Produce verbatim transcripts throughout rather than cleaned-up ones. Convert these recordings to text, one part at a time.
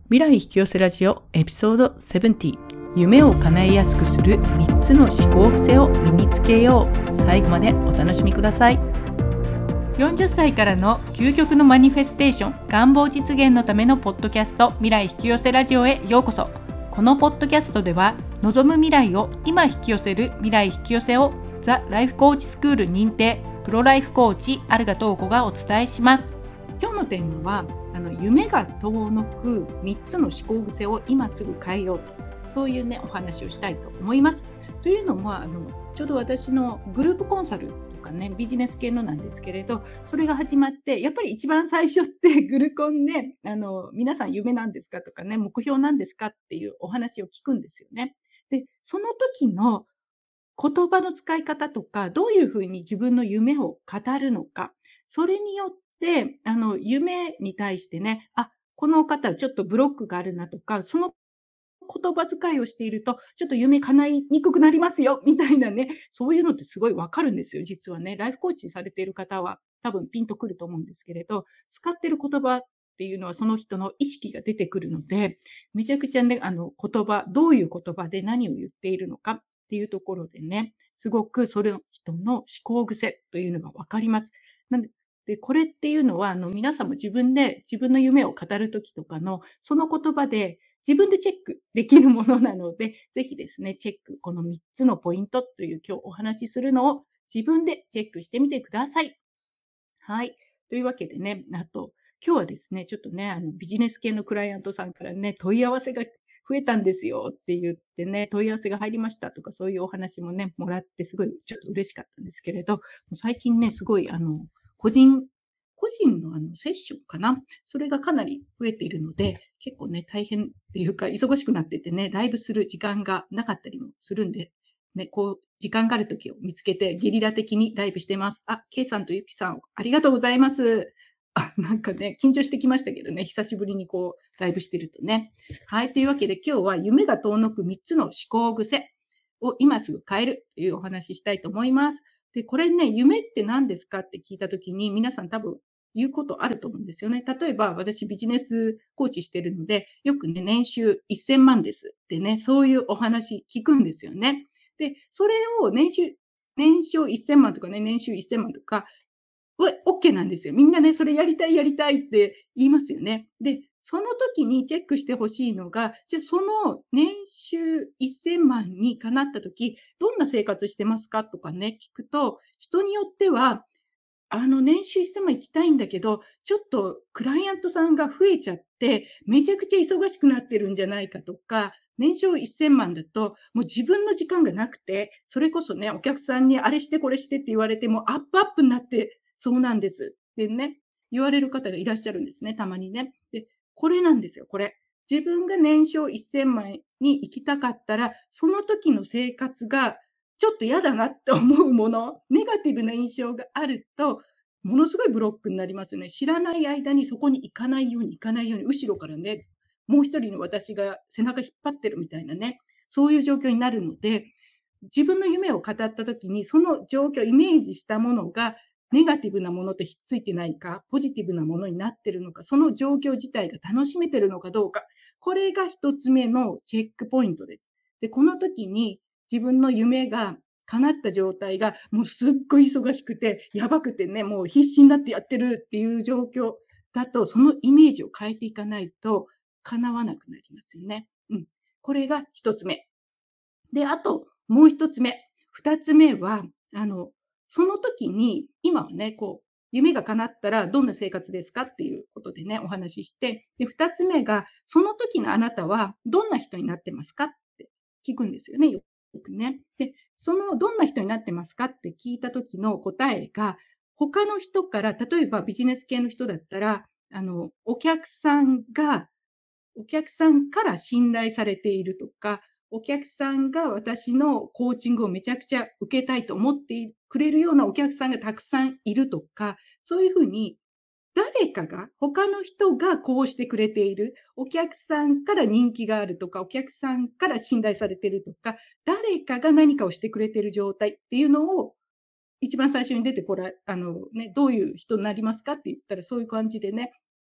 未来引き寄せラジオエピソードななじゅう、夢を叶えやすくするみっつの思考癖を身につけよう。最後までお楽しみください。よんじゅっさいからの究極のマニフェステーション、願望実現のためのポッドキャスト、未来引き寄せラジオへようこそ。このポッドキャストでは、望む未来を今引き寄せる未来引き寄せをザ・ライフコーチスクール認定プロライフコーチアルガトーコがお伝えします。今日のテーマはあの夢が遠のくみっつの思考癖を今すぐ変えようと、そういうねお話をしたいと思います。というのもあのちょうど私のグループコンサルとかね、ビジネス系のなんですけれど、それが始まって、やっぱり一番最初ってグルコンね、あの皆さん夢なんですかとかね、目標なんですかっていうお話を聞くんですよね。でその時の言葉の使い方とか、どういうふうに自分の夢を語るのか、それによってあの夢に対してね、あ、この方はちょっとブロックがあるなとか、その言葉遣いをしていると、ちょっと夢叶いにくくなりますよみたいなね、そういうのってすごいわかるんですよ、実はね。ライフコーチされている方は多分ピンとくると思うんですけれど、使ってる言葉っていうのはその人の意識が出てくるので、めちゃくちゃね、あの言葉、どういう言葉で何を言っているのかっていうところでね、すごくそれの人の思考癖というのがわかります。なんで、でこれっていうのはあの皆さんも自分で自分の夢を語るときとかのその言葉で自分でチェックできるものなので、ぜひですね、チェック、このみっつのポイントという今日お話しするのを自分でチェックしてみてください。はい。というわけでね、あと、今日はですね、ちょっとね、あのビジネス系のクライアントさんからね、問い合わせが増えたんですよって言ってね、問い合わせが入りましたとか、そういうお話もね、もらって、すごいちょっと嬉しかったんですけれど、最近ね、すごい、あの、個人、個人のあのセッションかな、それがかなり増えているので、結構ね、大変っていうか、忙しくなっててね、ライブする時間がなかったりもするんで、ね、こう、時間がある時を見つけて、ゲリラ的にライブしてます。あ、ケイさんとユキさん、ありがとうございます。あ、なんかね、緊張してきましたけどね、久しぶりにこう、ライブしてるとね。はい、というわけで今日は夢が遠のくみっつの思考癖を今すぐ変えるというお話ししたいと思います。で、これね、夢って何ですかって聞いた時に、皆さん多分言うことあると思うんですよね。例えば、私ビジネスコーチしてるので、よくね、年収せんまんですってね、そういうお話聞くんですよね。で、それを年収年商せんまんとかね、年収せんまんとかはオッケーなんですよ。みんなね、それやりたいやりたいって言いますよね。で、その時にチェックしてほしいのが、じゃ、その年収せんまんにかなった時、どんな生活してますかとかね、聞くと、人によっては、あの、年収せんまん行きたいんだけど、ちょっとクライアントさんが増えちゃって、めちゃくちゃ忙しくなってるんじゃないかとか、年商せんまんだと、もう自分の時間がなくて、それこそね、お客さんにあれしてこれしてって言われても、アップアップになって、そうなんですってね、言われる方がいらっしゃるんですね、たまにね。で、これなんですよ、これ。自分が年商せんまんに行きたかったら、その時の生活がちょっと嫌だなって思うもの、ネガティブな印象があると、ものすごいブロックになりますよね。知らない間にそこに行かないように行かないように、後ろからね、もう一人の私が背中引っ張ってるみたいなね、そういう状況になるので、自分の夢を語った時に、その状況、イメージしたものがネガティブなものとひっついてないか、ポジティブなものになってるのか、その状況自体が楽しめてるのかどうか、これが一つ目のチェックポイントです。で、この時に自分の夢が叶った状態が、もうすっごい忙しくて、やばくてね、もう必死になってやってるっていう状況だと、そのイメージを変えていかないと叶わなくなりますよね。うん。これが一つ目。で、あともう一つ目。二つ目は、あの、その時に、今はね、こう、夢が叶ったらどんな生活ですかっていうことでね、お話しして、で、二つ目が、その時のあなたはどんな人になってますかって聞くんですよね、よくね。で、そのどんな人になってますかって聞いた時の答えが、他の人から、例えばビジネス系の人だったら、あの、お客さんがお客さんから信頼されているとか、お客さんが私のコーチングをめちゃくちゃ受けたいと思ってくれるようなお客さんがたくさんいるとか、そういうふうに誰かが、他の人がこうしてくれている、お客さんから人気があるとか、お客さんから信頼されているとか、誰かが何かをしてくれている状態っていうのを一番最初に出てこらあのね、どういう人になりますかって言ったらそういう感じでね、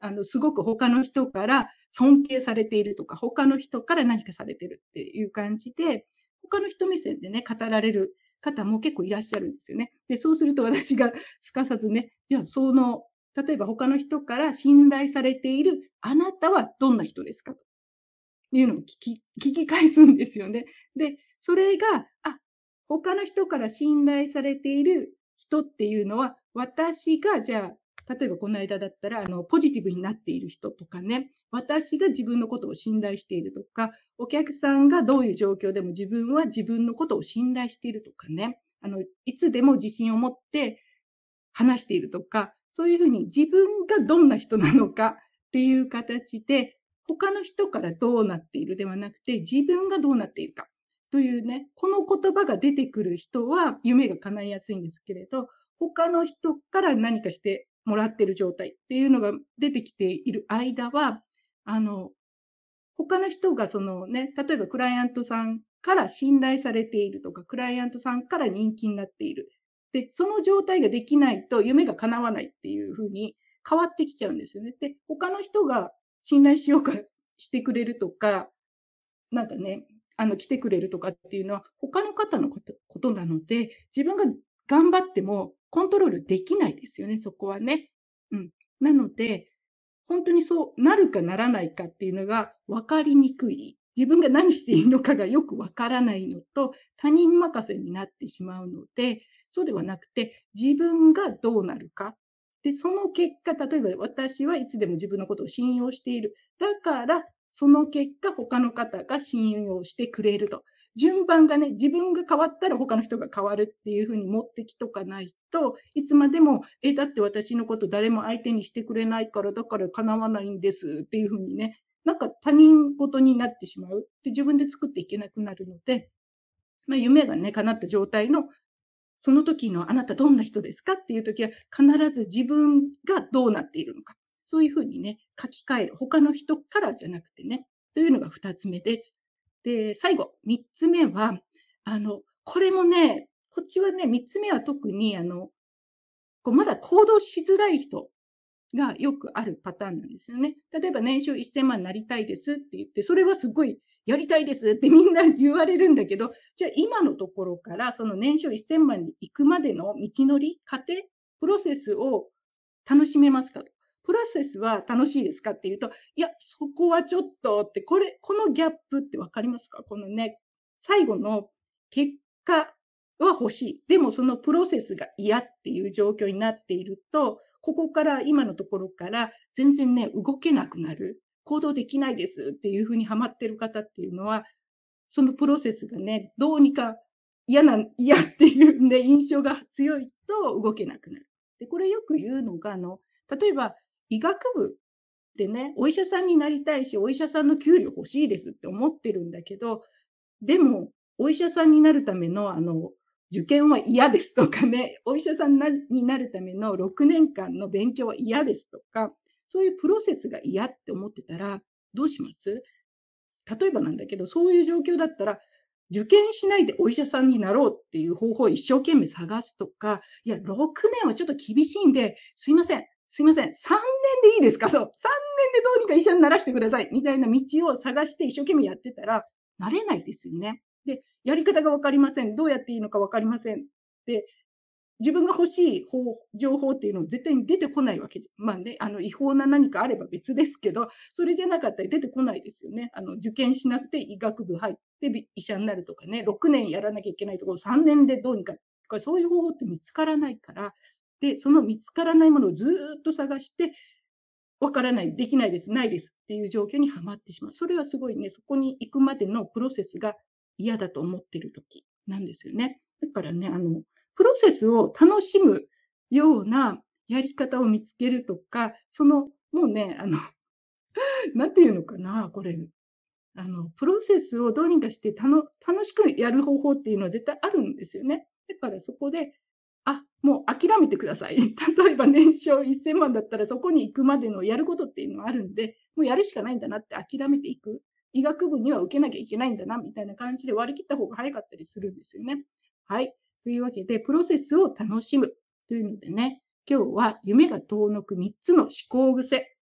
あの、すごく他の人から尊敬されているとか、他の人から何かされてるっていう感じで、他の人目線でね、語られる方も結構いらっしゃるんですよね。で、そうすると私がすかさずね、じゃあその、例えば他の人から信頼されているあなたはどんな人ですかというのを聞き聞き返すんですよね。で、それが、あ、他の人から信頼されている人っていうのは、私がじゃあ、例えばこの間だったら、あの、ポジティブになっている人とかね、私が自分のことを信頼しているとか、お客さんがどういう状況でも自分は自分のことを信頼しているとかね、あの、いつでも自信を持って話しているとか、そういうふうに自分がどんな人なのかっていう形で、他の人からどうなっているではなくて、自分がどうなっているかというね、この言葉が出てくる人は夢が叶いやすいんですけれど、他の人から何かしてもらっている状態っていうのが出てきている間は、あの、他の人がそのね、例えばクライアントさんから信頼されているとか、クライアントさんから人気になっている。で、その状態ができないと夢が叶わないっていう風に変わってきちゃうんですよね。で、他の人が信頼しようかしてくれるとか、なんかね、あの、来てくれるとかっていうのは、他の方のことことなので、自分が頑張ってもコントロールできないですよね、そこはね。うん。なので、本当にそうなるかならないかっていうのが分かりにくい。自分が何していいのかがよく分からないのと、他人任せになってしまうので、そうではなくて、自分がどうなるか。で、その結果、例えば私はいつでも自分のことを信用している。だから、その結果、他の方が信用してくれると。順番がね、自分が変わったら他の人が変わるっていう風に持ってきとかないと、いつまでも、え、だって私のこと誰も相手にしてくれないから、だから叶わないんですっていう風にね、なんか他人事になってしまう。で、自分で作っていけなくなるので、まあ、夢がね、叶った状態のその時のあなたどんな人ですかっていう時は、必ず自分がどうなっているのか。そういうふうにね、書き換える。他の人からじゃなくてね。というのが二つ目です。で、最後、三つ目は、あの、これもね、こっちはね、三つ目は特に、あの、こうまだ行動しづらい人がよくあるパターンなんですよね。例えば年収せんまんになりたいですって言って、それはすごいやりたいですってみんな言われるんだけど、じゃあ今のところからその年収せんまんに行くまでの道のり、過程、プロセスを楽しめますかと。プロセスは楽しいですかっていうと、いや、そこはちょっとって、これ、このギャップってわかりますか？このね、最後の結果は欲しい。でもそのプロセスが嫌っていう状況になっていると、ここから今のところから全然ね、動けなくなる。行動できないですっていう風にハマってる方っていうのは、そのプロセスがね、どうにか嫌な嫌っていうね、印象が強いと動けなくなる。で、これよく言うのが、あの、例えば医学部でね、お医者さんになりたいし、お医者さんの給料欲しいですって思ってるんだけど、でも、お医者さんになるための、あの、受験は嫌ですとかね、お医者さんなになるためのろくねんかんの勉強は嫌ですとか、そういうプロセスが嫌って思ってたら、どうします？例えばなんだけど、そういう状況だったら、受験しないでお医者さんになろうっていう方法を一生懸命探すとか、いや、ろくねんはちょっと厳しいんで、すいません、すいません、さんねんでいいですかと、さんねんでどうにか医者にならしてくださいみたいな道を探して一生懸命やってたら、なれないですよね。で、やり方が分かりません。どうやっていいのか分かりません。で、自分が欲しい方情報っていうのは絶対に出てこないわけじゃまあね、あの違法な何かあれば別ですけど、それじゃなかったら出てこないですよね。あの受験しなくて医学部入ってび医者になるとかね、ろくねんやらなきゃいけないところさんねんでどうにかとか、そういう方法って見つからないから、で、その見つからないものをずーっと探して、わからない、できないです、ないですっていう状況にはまってしまう。それはすごいね、そこに行くまでのプロセスが嫌だと思ってる時なんですよね。だからね、あの、プロセスを楽しむようなやり方を見つけるとか、その、もうね、あの、なんていうのかな、これ、あの、プロセスをどうにかしてたの楽しくやる方法っていうのは絶対あるんですよね。だからそこで、あ、もう諦めてください。例えば年商せんまんだったらそこに行くまでのやることっていうのはあるんで、もうやるしかないんだなって諦めていく。医学部には受けなきゃいけないんだなみたいな感じで割り切った方が早かったりするんですよね。はい。というわけで、プロセスを楽しむというのでね、今日は夢が遠のくみっつの思考癖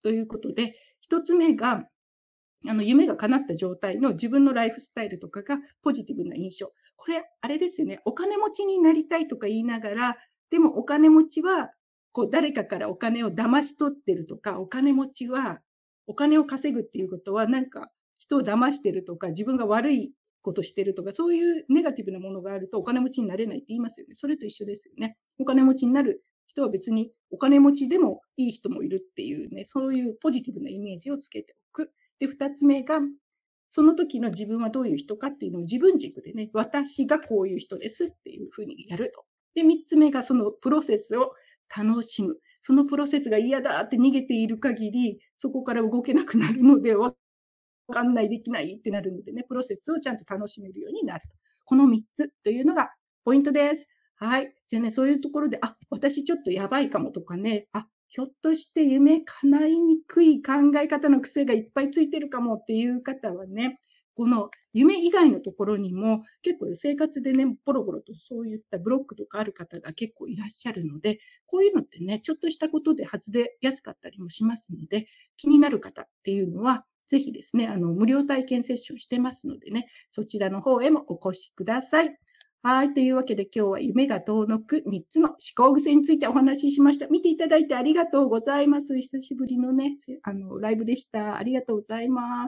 ということで、ひとつめが、あの夢が叶った状態の自分のライフスタイルとかがポジティブな印象。これ、あれですよね。お金持ちになりたいとか言いながら、でもお金持ちは、こう誰かからお金を騙し取ってるとか、お金持ちは、お金を稼ぐっていうことは、なんか人を騙してるとか、自分が悪いことしてるとか、そういうネガティブなものがあるとお金持ちになれないって言いますよね。それと一緒ですよね。お金持ちになる人は別にお金持ちでもいい人もいるっていうね、そういうポジティブなイメージをつけておく。で、二つ目が、その時の自分はどういう人かっていうのを自分軸でね、私がこういう人ですっていうふうにやると。で、三つ目がそのプロセスを楽しむ。そのプロセスが嫌だって逃げている限り、そこから動けなくなるので、わかんない、できないってなるのでね、プロセスをちゃんと楽しめるようになると。このみっつというのがポイントです。はい。じゃあね、そういうところで、あ、私ちょっとやばいかもとかね、あ、ひょっとして夢叶いにくい考え方の癖がいっぱいついてるかもっていう方はね、この夢以外のところにも結構生活でね、ボロボロとそういったブロックとかある方が結構いらっしゃるので、こういうのってね、ちょっとしたことで外れやすかったりもしますので、気になる方っていうのは、ぜひですね、あの、無料体験セッションしてますのでね、そちらの方へもお越しください。はい。というわけで今日は夢が遠のくみっつの思考癖についてお話ししました。見ていただいてありがとうございます。久しぶりのね、あの、ライブでした。ありがとうございます。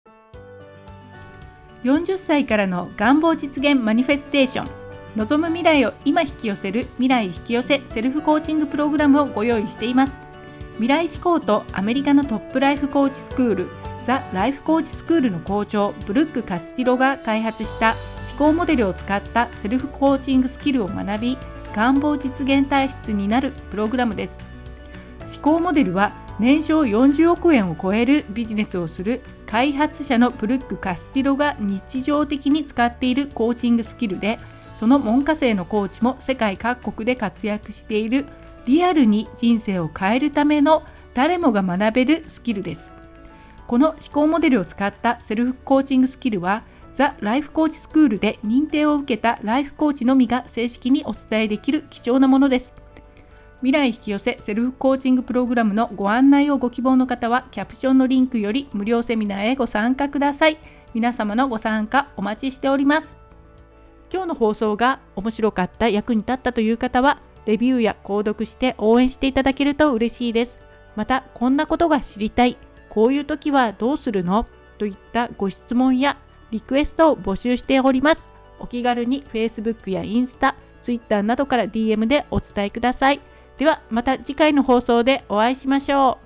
よんじゅっさいからの願望実現マニフェステーション。望む未来を今引き寄せる未来引き寄せセルフコーチングプログラムをご用意しています。未来志向とアメリカのトップライフコーチスクール、ザ・ライフコーチスクールの校長、ブルック・カスティロが開発した思考モデルを使ったセルフコーチングスキルを学び、願望実現体質になるプログラムです。思考モデルは年商よんじゅうおくえんを超えるビジネスをする開発者のブルック・カスティロが日常的に使っているコーチングスキルで、その門下生のコーチも世界各国で活躍しているリアルに人生を変えるための誰もが学べるスキルです。この思考モデルを使ったセルフコーチングスキルは、ザ・ライフコーチスクールで認定を受けたライフコーチのみが正式にお伝えできる貴重なものです。未来引き寄せセルフコーチングプログラムのご案内をご希望の方は、キャプションのリンクより無料セミナーへご参加ください。皆様のご参加お待ちしております。今日の放送が面白かった、役に立ったという方は、レビューや購読して応援していただけると嬉しいです。また、こんなことが知りたい、こういう時はどうするのといったご質問やリクエストを募集しております。お気軽に Facebook やインスタ、Twitter などから ディーエム でお伝えください。ではまた次回の放送でお会いしましょう。